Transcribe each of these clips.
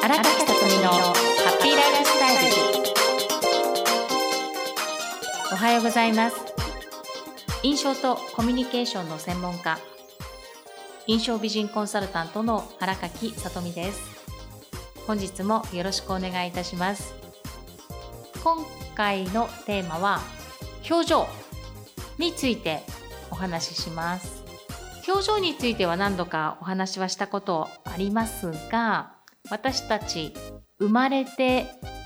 荒木さとみのハッピーライフスタイル。おはようございます。印象とコミュニケーションの専門家、印象美人コンサルタントの荒木さとみです。本日もよろしくお願いいたします。今回のテーマは表情についてお話しします。表情については何度かお話はしたことありますが、私たち生まれて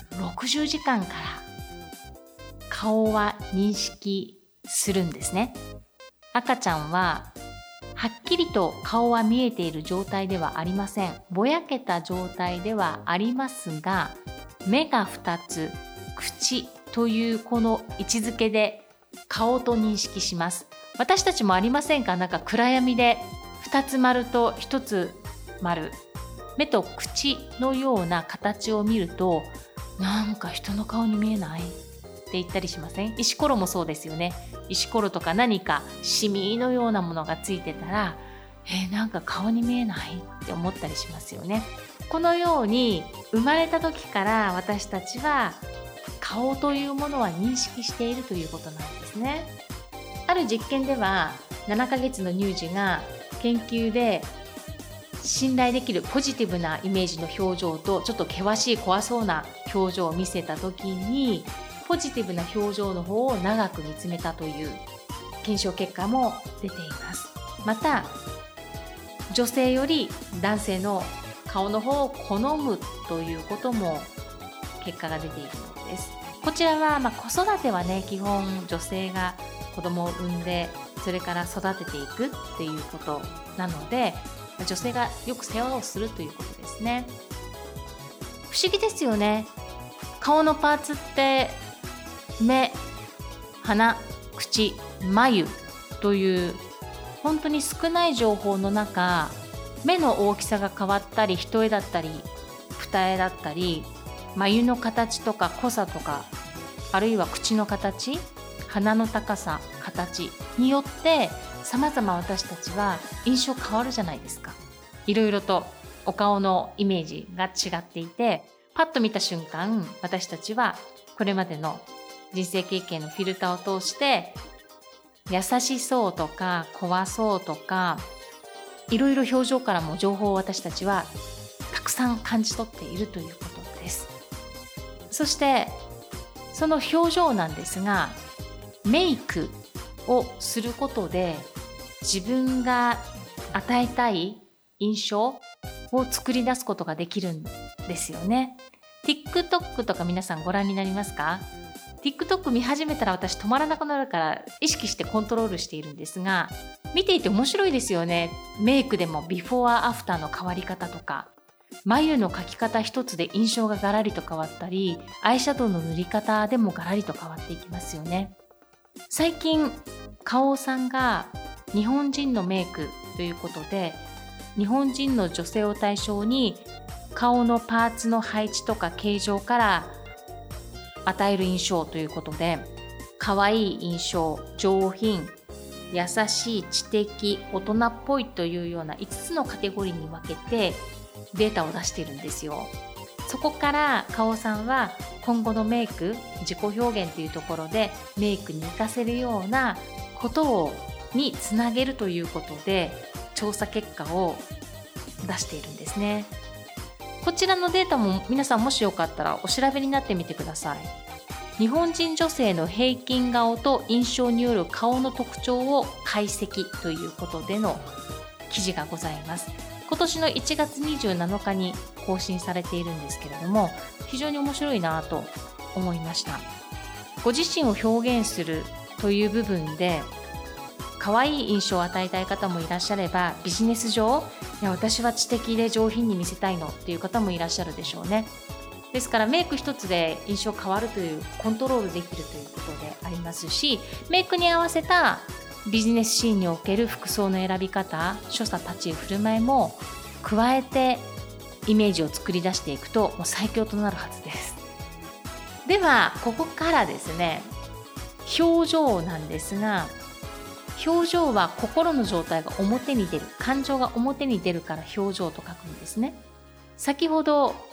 60時間から顔は認識するんですね。赤ちゃんははっきりと顔は見えている状態ではありません。ぼやけた状態ではありますが、目が2つ、口というこの位置づけで顔と認識します。私たちもありませんか？なんか暗闇で2つ丸と1つ丸、目と口のような形を見ると、なんか人の顔に見えないって言ったりしません？石ころもそうですよね。石ころとか何かシミのようなものがついてたら、なんか顔に見えないって思ったりしますよね。このように生まれた時から私たちは顔というものは認識しているということなんですね。ある実験では7ヶ月の乳児が研究で信頼できるポジティブなイメージの表情とちょっと険しい怖そうな表情を見せた時に、ポジティブな表情の方を長く見つめたという検証結果も出ています。また女性より男性の顔の方を好むということも結果が出ているようです。こちらは子育てはね、基本女性が子供を産んでそれから育てていくっていうことなので、女性がよく世話をするということですね。不思議ですよね。顔のパーツって目、鼻、口、眉という本当に少ない情報の中、目の大きさが変わったり、一重だったり二重だったり、眉の形とか濃さとか、あるいは口の形、鼻の高さ、形によって様々私たちは印象変わるじゃないですか。いろいろとお顔のイメージが違っていて、パッと見た瞬間、私たちはこれまでの人生経験のフィルターを通して優しそうとか怖そうとか、いろいろ表情からも情報を私たちはたくさん感じ取っているということです。そしてその表情なんですが、メイクをすることで自分が与えたい印象を作り出すことができるんですよね。 TikTok とか皆さんご覧になりますか？ TikTok 見始めたら私止まらなくなるから意識してコントロールしているんですが、見ていて面白いですよね。メイクでもビフォーアフターの変わり方とか、眉の描き方一つで印象がガラリと変わったり、アイシャドウの塗り方でもガラリと変わっていきますよね。最近花王さんが日本人のメイクということで、日本人の女性を対象に顔のパーツの配置とか形状から与える印象ということで、可愛い印象、上品、優しい、知的、大人っぽいというような5つのカテゴリーに分けてデータを出しているんですよ。そこから花王さんは今後のメイク、自己表現というところでメイクに活かせるようなことにつなげるということで調査結果を出しているんですね。こちらのデータも皆さんもしよかったらお調べになってみてください。日本人女性の平均顔と印象による顔の特徴を解析ということでの記事がございます。今年の1月27日に更新されているんですけれども、非常に面白いなと思いました。ご自身を表現するという部分で可愛い印象を与えたい方もいらっしゃれば、ビジネス上、私は知的で上品に見せたいのっていう方もいらっしゃるでしょうね。ですからメイク一つで印象変わるというコントロールできるということでありますし、メイクに合わせたビジネスシーンにおける服装の選び方、所作立ち居振る舞いも加えてイメージを作り出していくともう最強となるはずです。ではここからですね、表情なんですが、表情は心の状態が表に出る、感情が表に出るから表情と書くんですね。先ほど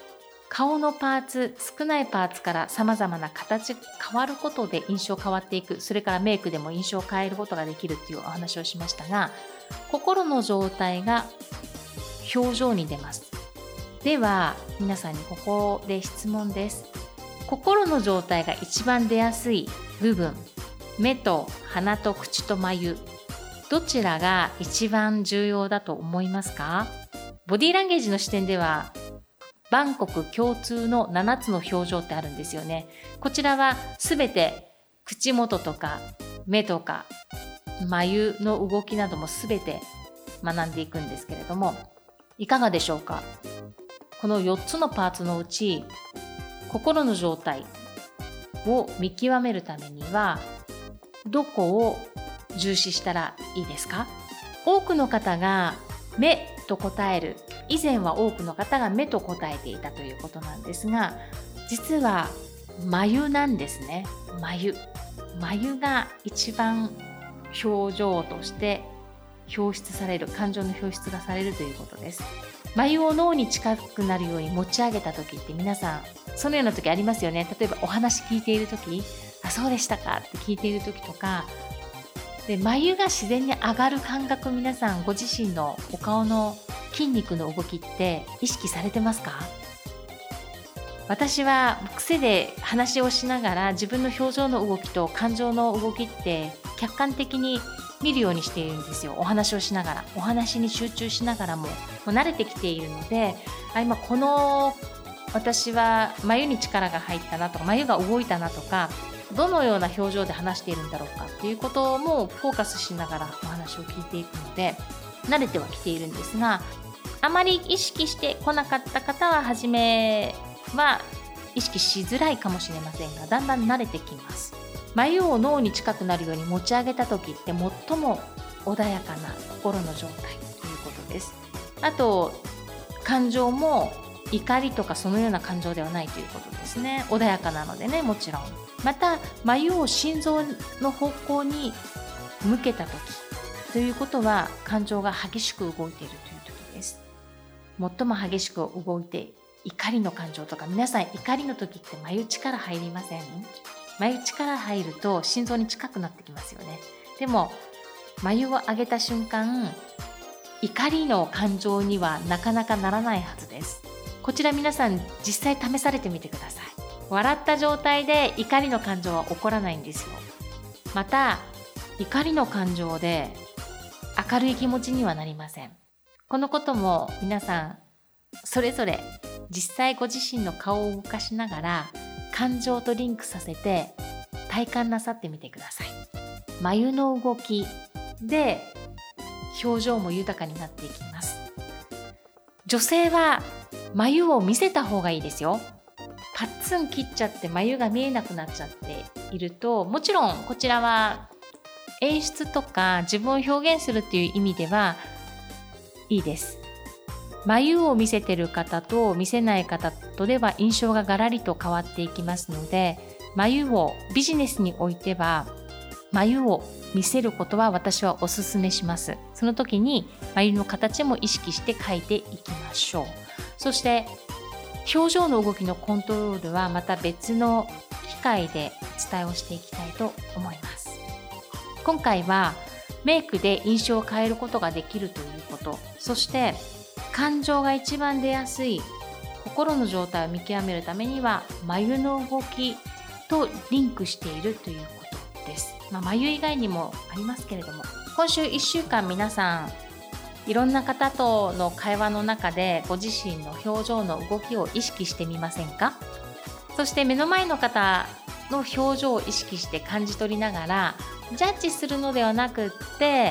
顔のパーツ、少ないパーツから様々な形が変わることで印象変わっていく。それからメイクでも印象を変えることができるっていうお話をしましたが、心の状態が表情に出ます。では皆さんにここで質問です。心の状態が一番出やすい部分、目と鼻と口と眉、どちらが一番重要だと思いますか？ボディーランゲージの視点では万国共通の7つの表情ってあるんですよね。こちらはすべて口元とか目とか眉の動きなどもすべて学んでいくんですけれども、いかがでしょうか？この4つのパーツのうち心の状態を見極めるためにはどこを重視したらいいですか？多くの方が目と答える。以前は多くの方が目と答えていたということなんですが、実は眉なんですね。眉が一番表情として表出される、感情の表出がされるということです。眉を脳に近くなるように持ち上げた時って皆さんそのような時ありますよね。例えばお話聞いている時、そうでしたかって聞いている時とかで、眉が自然に上がる感覚、皆さんご自身のお顔の筋肉の動きって意識されてますか？私は癖で話をしながら自分の表情の動きと感情の動きって客観的に見るようにしているんですよ。お話をしながら、お話に集中しながらもう慣れてきているので、今この私は眉に力が入ったなとか、眉が動いたなとか、どのような表情で話しているんだろうかっていうこともフォーカスしながらお話を聞いていくので慣れてはきているんですが、あまり意識してこなかった方は初めは意識しづらいかもしれませんが、だんだん慣れてきます。眉を脳に近くなるように持ち上げた時って最も穏やかな心の状態ということです。あと感情も怒りとかそのような感情ではないということですね。穏やかなのでね、もちろん。また眉を心臓の方向に向けた時ということは感情が激しく動いているという時です。最も激しく動いて怒りの感情とか、皆さん怒りの時って眉力入りません？眉力入ると心臓に近くなってきますよね。でも眉を上げた瞬間、怒りの感情にはなかなかならないはずです。こちら皆さん実際試されてみてください。笑った状態で怒りの感情は起こらないんですよ。また怒りの感情で明るい気持ちにはなりません。このことも皆さんそれぞれ実際ご自身の顔を動かしながら感情とリンクさせて体感なさってみてください。眉の動きで表情も豊かになっていきます。女性は眉を見せた方がいいですよ。パッツン切っちゃって眉が見えなくなっちゃっていると、もちろんこちらは演出とか自分を表現するっていう意味ではいいです。眉を見せてる方と見せない方とでは印象がガラリと変わっていきますので、眉をビジネスにおいては眉を見せることは私はお勧めします。その時に眉の形も意識して描いていきましょう。そして表情の動きのコントロールはまた別の機会でお伝えをしていきたいと思います。今回はメイクで印象を変えることができるということ、そして感情が一番出やすい心の状態を見極めるためには眉の動きとリンクしているということです。眉以外にもありますけれども、今週1週間皆さんいろんな方との会話の中でご自身の表情の動きを意識してみませんか？そして目の前の方の表情を意識して感じ取りながらジャッジするのではなくって、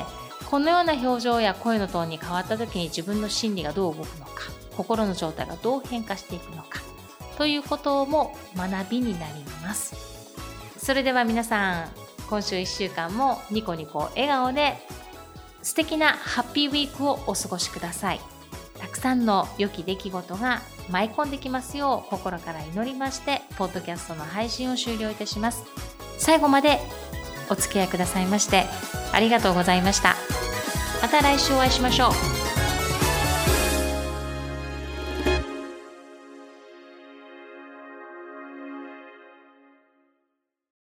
このような表情や声のトーンに変わった時に自分の心理がどう動くのか、心の状態がどう変化していくのかということも学びになります。それでは皆さん、今週1週間もニコニコ笑顔で素敵なハッピーウィークをお過ごしください。たくさんの良き出来事が舞い込んできますよう心から祈りまして、ポッドキャストの配信を終了いたします。最後までお付き合いくださいましてありがとうございました。また来週お会いしましょう。